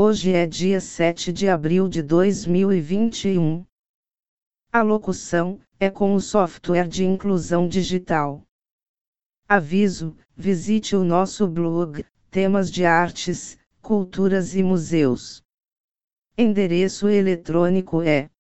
Hoje é dia 7 de abril de 2021. A locução é com o software de inclusão digital. Aviso: visite o nosso blog, temas de artes, culturas e museus. Endereço eletrônico é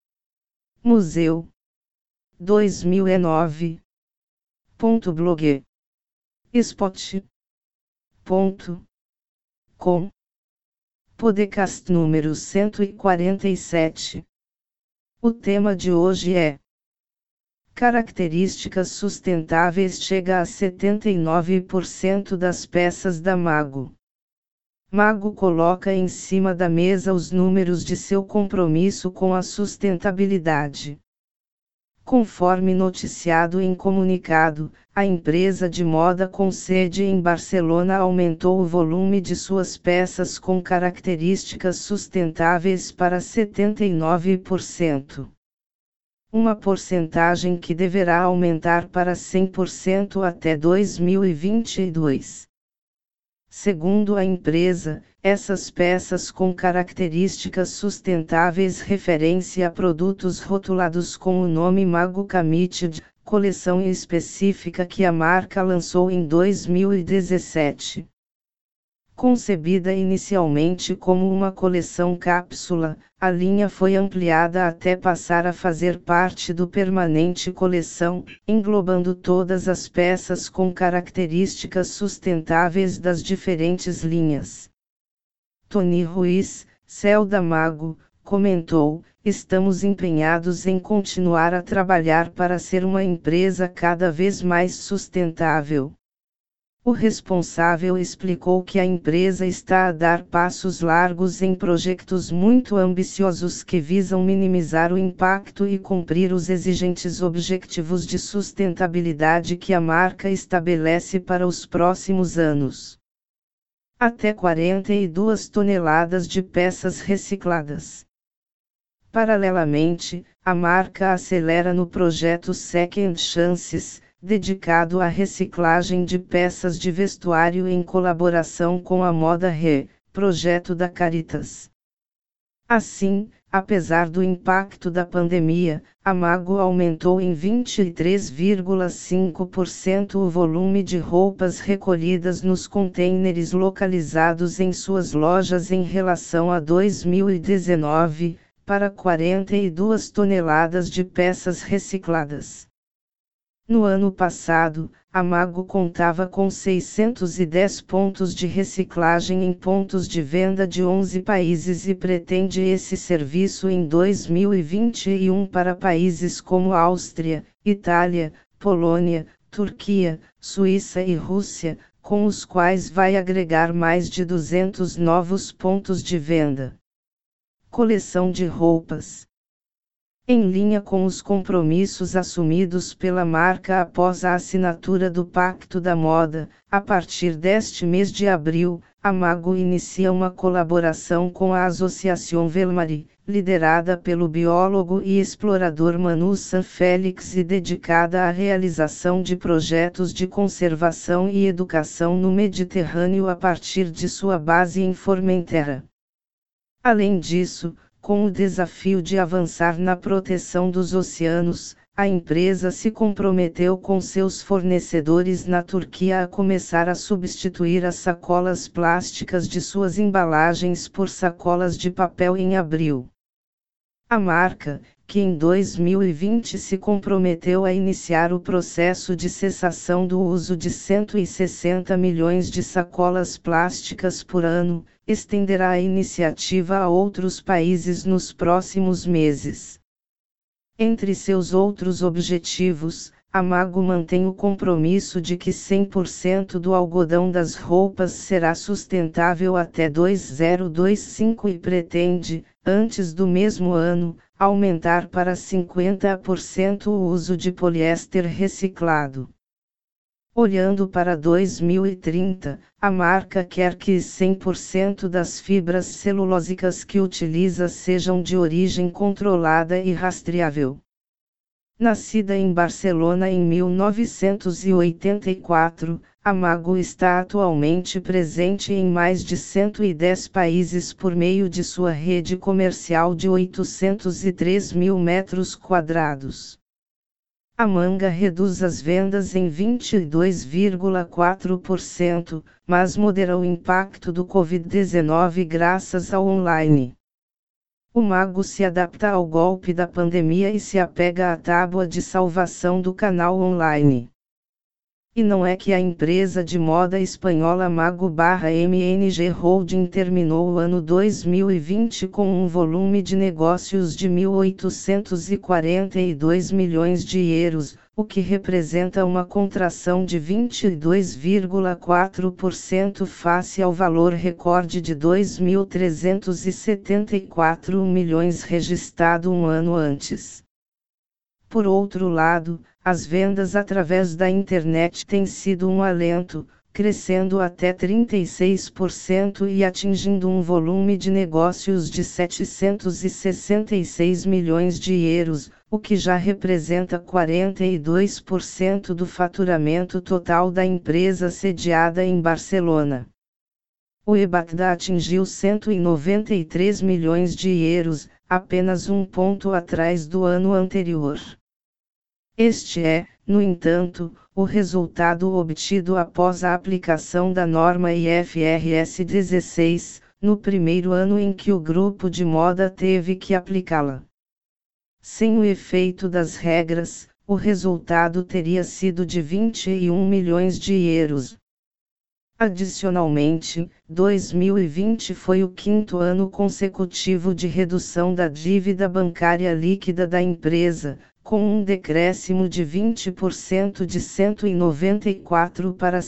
museu2009.blogspot.com. Podcast número 147. O tema de hoje é: características sustentáveis chega a 79% das peças da Mago. Mago coloca em cima da mesa os números de seu compromisso com a sustentabilidade. Conforme noticiado em comunicado, a empresa de moda com sede em Barcelona aumentou o volume de suas peças com características sustentáveis para 79%. Uma porcentagem que deverá aumentar para 100% até 2022. Segundo a empresa, essas peças com características sustentáveis referem-se a produtos rotulados com o nome Mago Committed, coleção específica que a marca lançou em 2017. Concebida inicialmente como uma coleção cápsula, a linha foi ampliada até passar a fazer parte do permanente coleção, englobando todas as peças com características sustentáveis das diferentes linhas. Tony Ruiz, CEO da Mago, comentou: "Estamos empenhados em continuar a trabalhar para ser uma empresa cada vez mais sustentável." O responsável explicou que a empresa está a dar passos largos em projetos muito ambiciosos que visam minimizar o impacto e cumprir os exigentes objetivos de sustentabilidade que a marca estabelece para os próximos anos. Até 42 toneladas de peças recicladas. Paralelamente, a marca acelera no projeto Second Chances, dedicado à reciclagem de peças de vestuário em colaboração com a Moda Re, projeto da Caritas. Assim, apesar do impacto da pandemia, a Mago aumentou em 23,5% o volume de roupas recolhidas nos contêineres localizados em suas lojas em relação a 2019, para 42 toneladas de peças recicladas. No ano passado, a Mago contava com 610 pontos de reciclagem em pontos de venda de 11 países e pretende esse serviço em 2021 para países como Áustria, Itália, Polônia, Turquia, Suíça e Rússia, com os quais vai agregar mais de 200 novos pontos de venda. Coleção de roupas. Em linha com os compromissos assumidos pela marca após a assinatura do Pacto da Moda, a partir deste mês de abril, a Mago inicia uma colaboração com a Associação Velmari, liderada pelo biólogo e explorador Manu Sanfélix e dedicada à realização de projetos de conservação e educação no Mediterrâneo a partir de sua base em Formentera. Além disso, com o desafio de avançar na proteção dos oceanos, a empresa se comprometeu com seus fornecedores na Turquia a começar a substituir as sacolas plásticas de suas embalagens por sacolas de papel em abril. A marca, que em 2020 se comprometeu a iniciar o processo de cessação do uso de 160 milhões de sacolas plásticas por ano, estenderá a iniciativa a outros países nos próximos meses. Entre seus outros objetivos, a Mago mantém o compromisso de que 100% do algodão das roupas será sustentável até 2025 e pretende, antes do mesmo ano, aumentar para 50% o uso de poliéster reciclado. Olhando para 2030, a marca quer que 100% das fibras celulósicas que utiliza sejam de origem controlada e rastreável. Nascida em Barcelona em 1984, A Mago está atualmente presente em mais de 110 países por meio de sua rede comercial de 803 mil metros quadrados. A Manga reduz as vendas em 22,4%, mas modera o impacto do Covid-19 graças ao online. O Mago se adapta ao golpe da pandemia e se apega à tábua de salvação do canal online. E não é que a empresa de moda espanhola Mago/MNG Holding terminou o ano 2020 com um volume de negócios de 1.842 milhões de euros, o que representa uma contração de 22,4% face ao valor recorde de 2.374 milhões registrado um ano antes. Por outro lado, as vendas através da internet têm sido um alento, crescendo até 36% e atingindo um volume de negócios de 766 milhões de euros, o que já representa 42% do faturamento total da empresa sediada em Barcelona. O EBITDA atingiu 193 milhões de euros, apenas um ponto atrás do ano anterior. Este é, no entanto, o resultado obtido após a aplicação da norma IFRS 16, no primeiro ano em que o grupo de moda teve que aplicá-la. Sem o efeito das regras, o resultado teria sido de 21 milhões de euros. Adicionalmente, 2020 foi o quinto ano consecutivo de redução da dívida bancária líquida da empresa, com um decréscimo de 20% de 194 para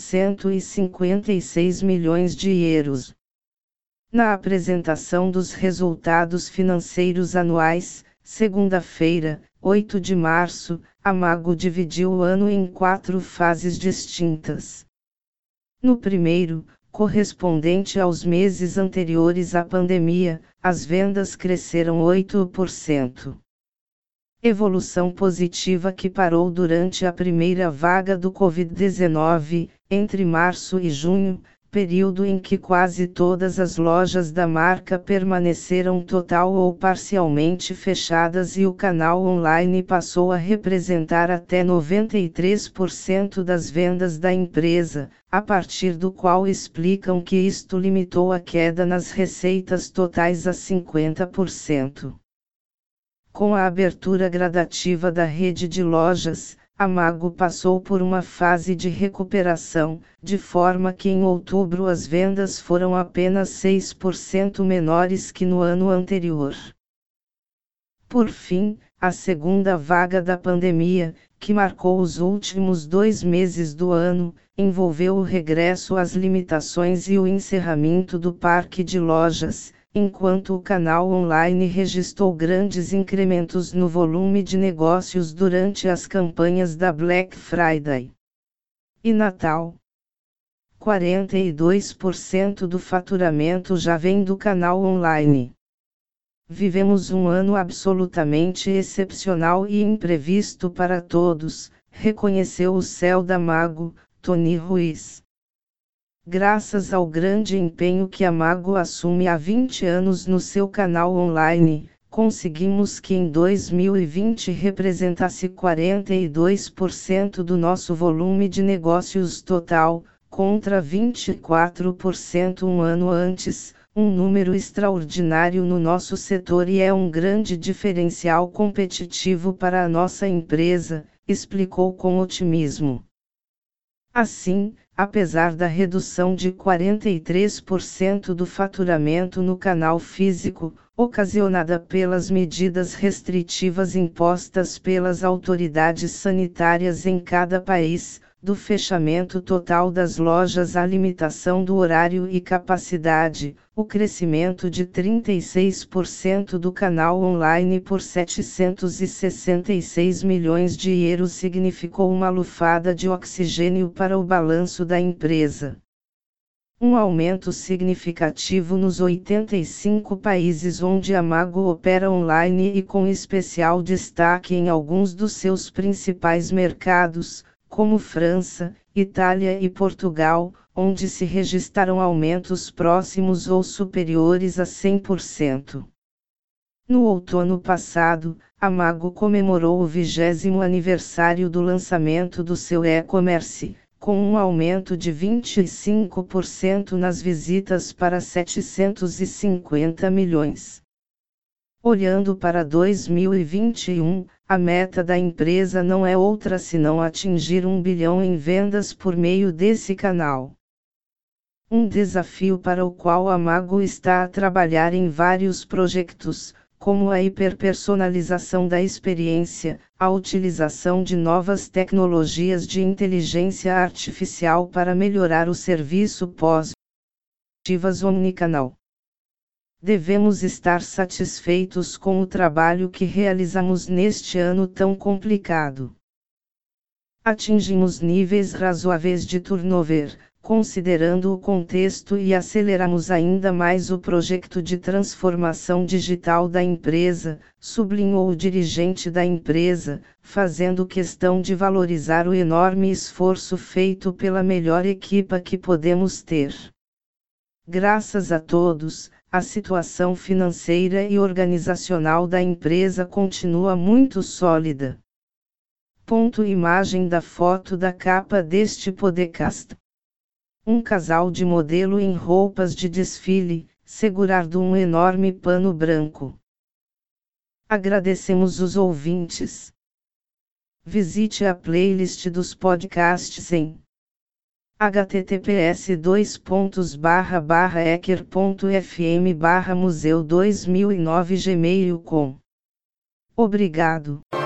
156 milhões de euros. Na apresentação dos resultados financeiros anuais, segunda-feira, 8 de março, a Mago dividiu o ano em 4 fases distintas. No primeiro, correspondente aos meses anteriores à pandemia, as vendas cresceram 8%. Evolução positiva que parou durante a primeira vaga do Covid-19, entre março e junho, período em que quase todas as lojas da marca permaneceram total ou parcialmente fechadas e o canal online passou a representar até 93% das vendas da empresa, a partir do qual explicam que isto limitou a queda nas receitas totais a 50%. Com a abertura gradativa da rede de lojas, a Mago passou por uma fase de recuperação, de forma que em outubro as vendas foram apenas 6% menores que no ano anterior. Por fim, a segunda vaga da pandemia, que marcou os últimos 2 meses do ano, envolveu o regresso às limitações e o encerramento do parque de lojas, enquanto o canal online registrou grandes incrementos no volume de negócios durante as campanhas da Black Friday e Natal. 42% do faturamento já vem do canal online. Vivemos um ano absolutamente excepcional e imprevisto para todos, reconheceu o CEO da Mago, Tony Ruiz. Graças ao grande empenho que a Mago assume há 20 anos no seu canal online, conseguimos que em 2020 representasse 42% do nosso volume de negócios total, contra 24% um ano antes, um número extraordinário no nosso setor e é um grande diferencial competitivo para a nossa empresa, explicou com otimismo. Assim, apesar da redução de 43% do faturamento no canal físico, ocasionada pelas medidas restritivas impostas pelas autoridades sanitárias em cada país, do fechamento total das lojas à limitação do horário e capacidade, o crescimento de 36% do canal online por 766 milhões de euros significou uma lufada de oxigênio para o balanço da empresa. Um aumento significativo nos 85 países onde a Mago opera online e com especial destaque em alguns dos seus principais mercados, como França, Itália e Portugal, onde se registraram aumentos próximos ou superiores a 100%. No outono passado, a Mago comemorou o 20º aniversário do lançamento do seu e-commerce, com um aumento de 25% nas visitas para 750 milhões. Olhando para 2021, a meta da empresa não é outra senão atingir 1 bilhão em vendas por meio desse canal. Um desafio para o qual a Mago está a trabalhar em vários projetos, como a hiperpersonalização da experiência, a utilização de novas tecnologias de inteligência artificial para melhorar o serviço pós-vendas omnicanal. Devemos estar satisfeitos com o trabalho que realizamos neste ano tão complicado. Atingimos níveis razoáveis de turnover, considerando o contexto, e aceleramos ainda mais o projeto de transformação digital da empresa, sublinhou o dirigente da empresa, fazendo questão de valorizar o enorme esforço feito pela melhor equipa que podemos ter. Graças a todos, a situação financeira e organizacional da empresa continua muito sólida. Imagem da foto da capa deste podcast. Um casal de modelo em roupas de desfile, segurando um enorme pano branco. Agradecemos os ouvintes. Visite a playlist dos podcasts em https://eker.fm/museu2009 gmail.com. Obrigado.